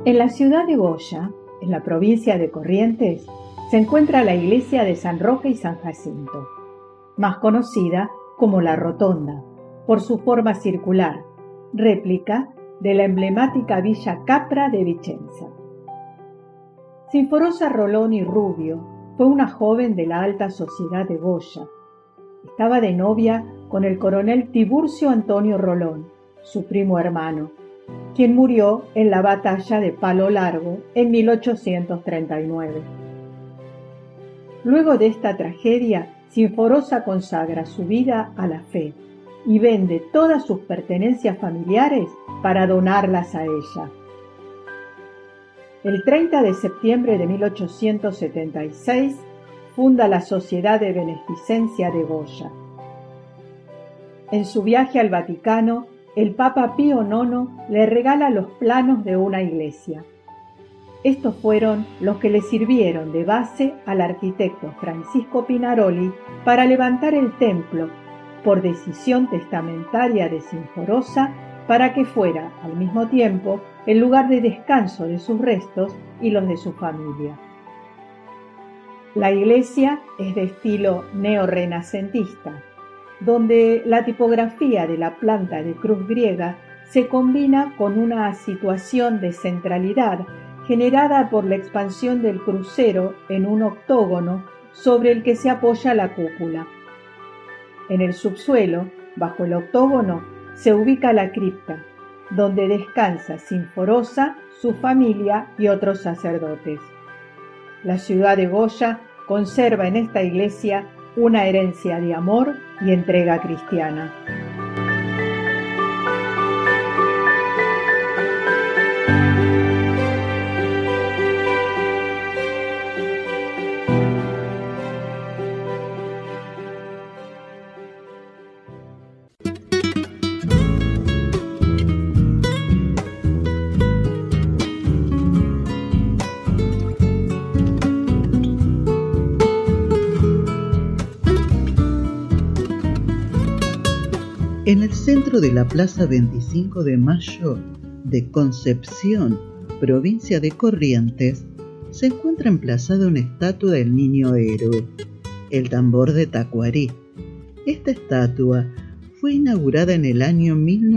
En la ciudad de Goya, en la provincia de Corrientes, se encuentra la iglesia de San Roque y San Jacinto, más conocida como La Rotonda, por su forma circular, réplica de la emblemática Villa Capra de Vicenza. Sinforosa Rolón Rubio fue una joven de la alta sociedad de Goya. Estaba de novia con el coronel Tiburcio Antonio Rolón, su primo hermano, quien murió en la batalla de Palo Largo en 1839. Luego de esta tragedia, Sinforosa consagra su vida a la fe y vende todas sus pertenencias familiares para donarlas a ella. El 30 de septiembre de 1876 funda la Sociedad de Beneficencia de Goya. En su viaje al Vaticano, el Papa Pío IX le regala los planos de una iglesia. Estos fueron los que le sirvieron de base al arquitecto Francisco Pinaroli para levantar el templo, por decisión testamentaria de Sinforosa, para que fuera, al mismo tiempo, el lugar de descanso de sus restos y los de su familia. La iglesia es de estilo neorrenacentista, donde la tipografía de la planta de cruz griega se combina con una situación de centralidad generada por la expansión del crucero en un octógono sobre el que se apoya la cúpula. En el subsuelo, bajo el octógono, se ubica la cripta, donde descansa Sinforosa, su familia y otros sacerdotes. La ciudad de Goya conserva en esta iglesia una herencia de amor y entrega cristiana. En el centro de la Plaza 25 de Mayo de Concepción, provincia de Corrientes, se encuentra emplazada una estatua del niño héroe, el tambor de Tacuarí. Esta estatua fue inaugurada en el año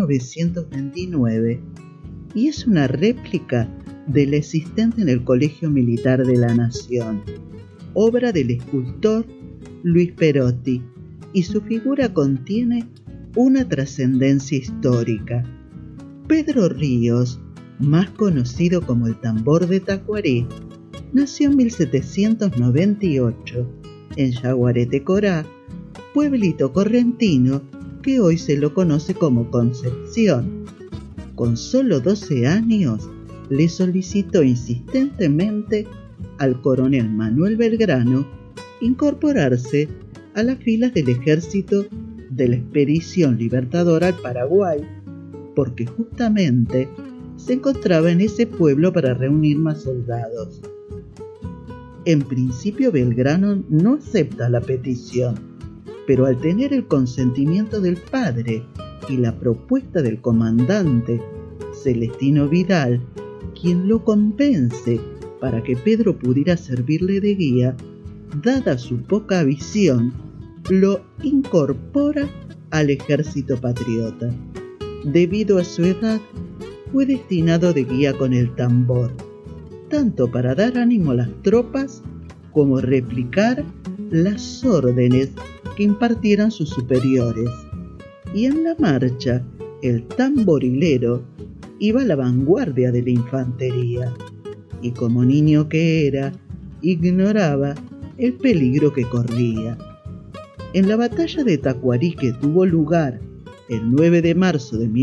1929 y es una réplica de la existente en el Colegio Militar de la Nación, obra del escultor Luis Perotti, y su figura contiene una trascendencia histórica. Pedro Ríos, más conocido como el tambor de Tacuarí, nació en 1798 en Yaguareté Corá, pueblito correntino que hoy se lo conoce como Concepción. Con solo 12 años, le solicitó insistentemente al coronel Manuel Belgrano incorporarse a las filas del ejército de la Expedición Libertadora al Paraguay, porque justamente se encontraba en ese pueblo para reunir más soldados. En principio Belgrano no acepta la petición, pero al tener el consentimiento del padre y la propuesta del comandante Celestino Vidal, quien lo convence para que Pedro pudiera servirle de guía, dada su poca visión, lo incorpora al ejército patriota. Debido a su edad, fue destinado de guía con el tambor, tanto para dar ánimo a las tropas como replicar las órdenes que impartieran sus superiores. Y en la marcha, el tamborilero iba a la vanguardia de la infantería, y como niño que era, ignoraba el peligro que corría. En la batalla de Tacuarí, que tuvo lugar el 9 de marzo de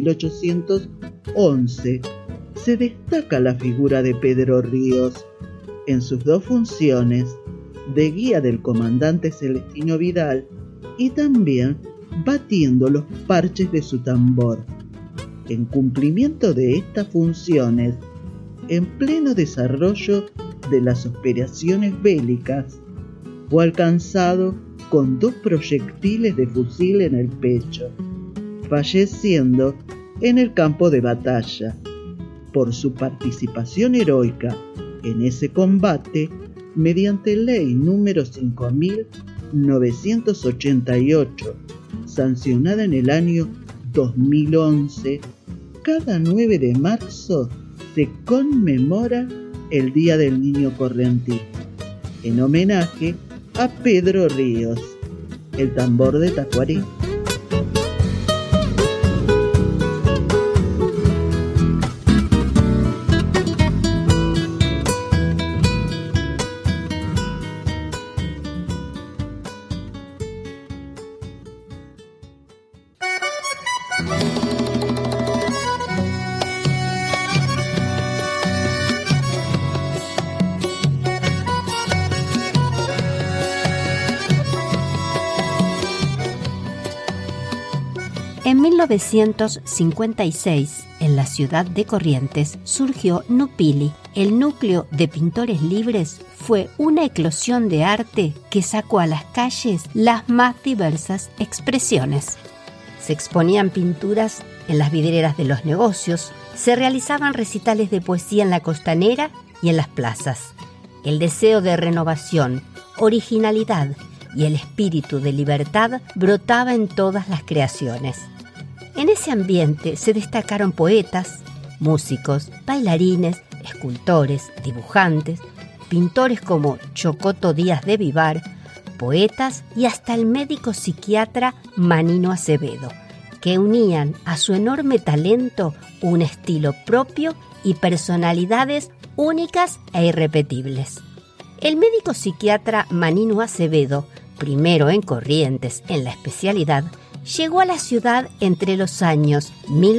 1811, se destaca la figura de Pedro Ríos en sus dos funciones, de guía del comandante Celestino Vidal y también batiendo los parches de su tambor. En cumplimiento de estas funciones, en pleno desarrollo de las operaciones bélicas, fue alcanzado con 2 proyectiles de fusil en el pecho, falleciendo en el campo de batalla. por su participación heroica en ese combate mediante ley número 5988, sancionada en el año 2011. Cada 9 de marzo se conmemora el Día del Niño Correntino, en homenaje a Pedro Ríos, el tambor de Tacuarí. En 1956, en la ciudad de Corrientes, surgió Nupili. El núcleo de pintores libres fue una eclosión de arte que sacó a las calles las más diversas expresiones. Se exponían pinturas en las vidrieras de los negocios, se realizaban recitales de poesía en la costanera y en las plazas. El deseo de renovación, originalidad y el espíritu de libertad brotaba en todas las creaciones. En ese ambiente se destacaron poetas, músicos, bailarines, escultores, dibujantes, pintores como Chocoto Díaz de Vivar, poetas y hasta el médico psiquiatra Manino Acevedo, que unían a su enorme talento un estilo propio y personalidades únicas e irrepetibles. El médico psiquiatra Manino Acevedo, primero en Corrientes en la especialidad, llegó a la ciudad entre los años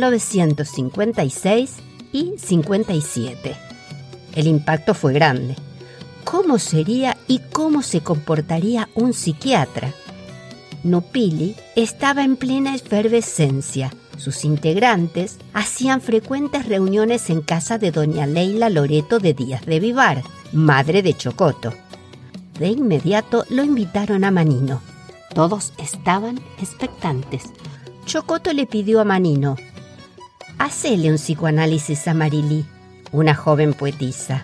1956 y 57. El impacto fue grande. ¿Cómo sería y cómo se comportaría un psiquiatra? Nupili estaba en plena efervescencia. Sus integrantes hacían frecuentes reuniones en casa de doña Leila Loreto de Díaz de Vivar, madre de Chocoto. De inmediato lo invitaron a Manino. Todos estaban expectantes. Chocoto le pidió a Manino: «Hacele un psicoanálisis a Marilí», una joven poetisa.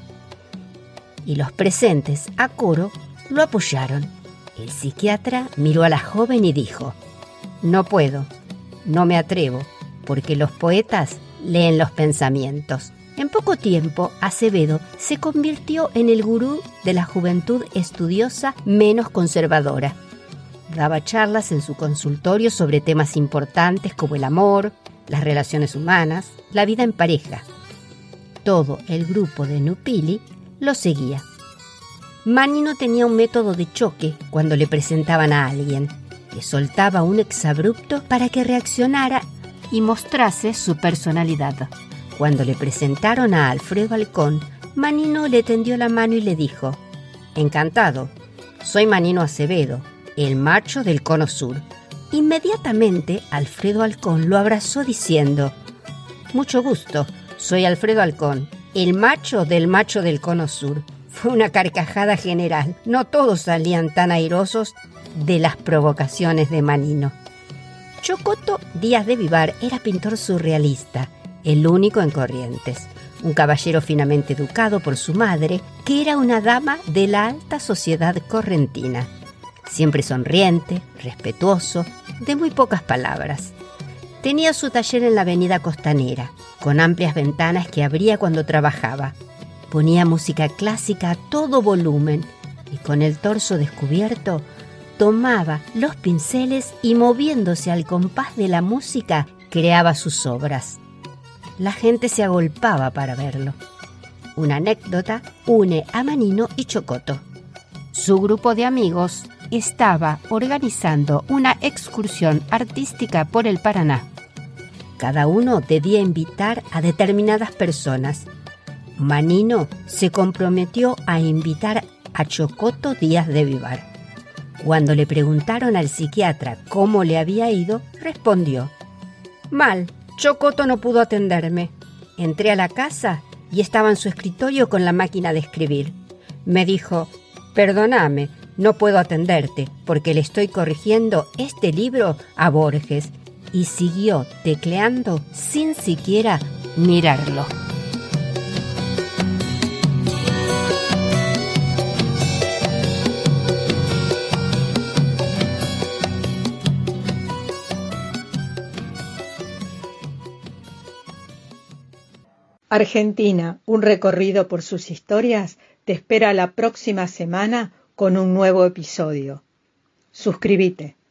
Y los presentes, a coro, lo apoyaron. El psiquiatra miró a la joven y dijo: «No puedo, no me atrevo, porque los poetas leen los pensamientos». En poco tiempo, Acevedo se convirtió en el gurú de la juventud estudiosa menos conservadora. Daba charlas en su consultorio sobre temas importantes como el amor, las relaciones humanas, la vida en pareja. Todo el grupo de Nupili lo seguía. Manino tenía un método de choque cuando le presentaban a alguien. Le soltaba un exabrupto para que reaccionara y mostrase su personalidad. Cuando le presentaron a Alfredo Halcón, Manino le tendió la mano y le dijo: «Encantado, soy Manino Acevedo, el macho del Cono Sur». Inmediatamente Alfredo Halcón lo abrazó diciendo: «Mucho gusto, soy Alfredo Halcón, el macho del Cono Sur». Fue una carcajada general. No todos salían tan airosos de las provocaciones de Manino. Chocoto Díaz de Vivar era pintor surrealista, el único en Corrientes. Un caballero finamente educado por su madre, que era una dama de la alta sociedad correntina. Siempre sonriente, respetuoso, de muy pocas palabras. Tenía su taller en la avenida Costanera, con amplias ventanas que abría cuando trabajaba. Ponía música clásica a todo volumen y con el torso descubierto tomaba los pinceles y moviéndose al compás de la música creaba sus obras. La gente se agolpaba para verlo. Una anécdota une a Manino y Chocoto. Su grupo de amigos estaba organizando una excursión artística por el Paraná. Cada uno debía invitar a determinadas personas. Manino se comprometió a invitar a Chocoto Díaz de Vivar. Cuando le preguntaron al psiquiatra cómo le había ido, respondió: «Mal, Chocoto no pudo atenderme. Entré a la casa y estaba en su escritorio con la máquina de escribir. Me dijo: perdóname, no puedo atenderte porque le estoy corrigiendo este libro a Borges». Y siguió tecleando sin siquiera mirarlo. Argentina, un recorrido por sus historias, te espera la próxima semana con un nuevo episodio. Suscríbete.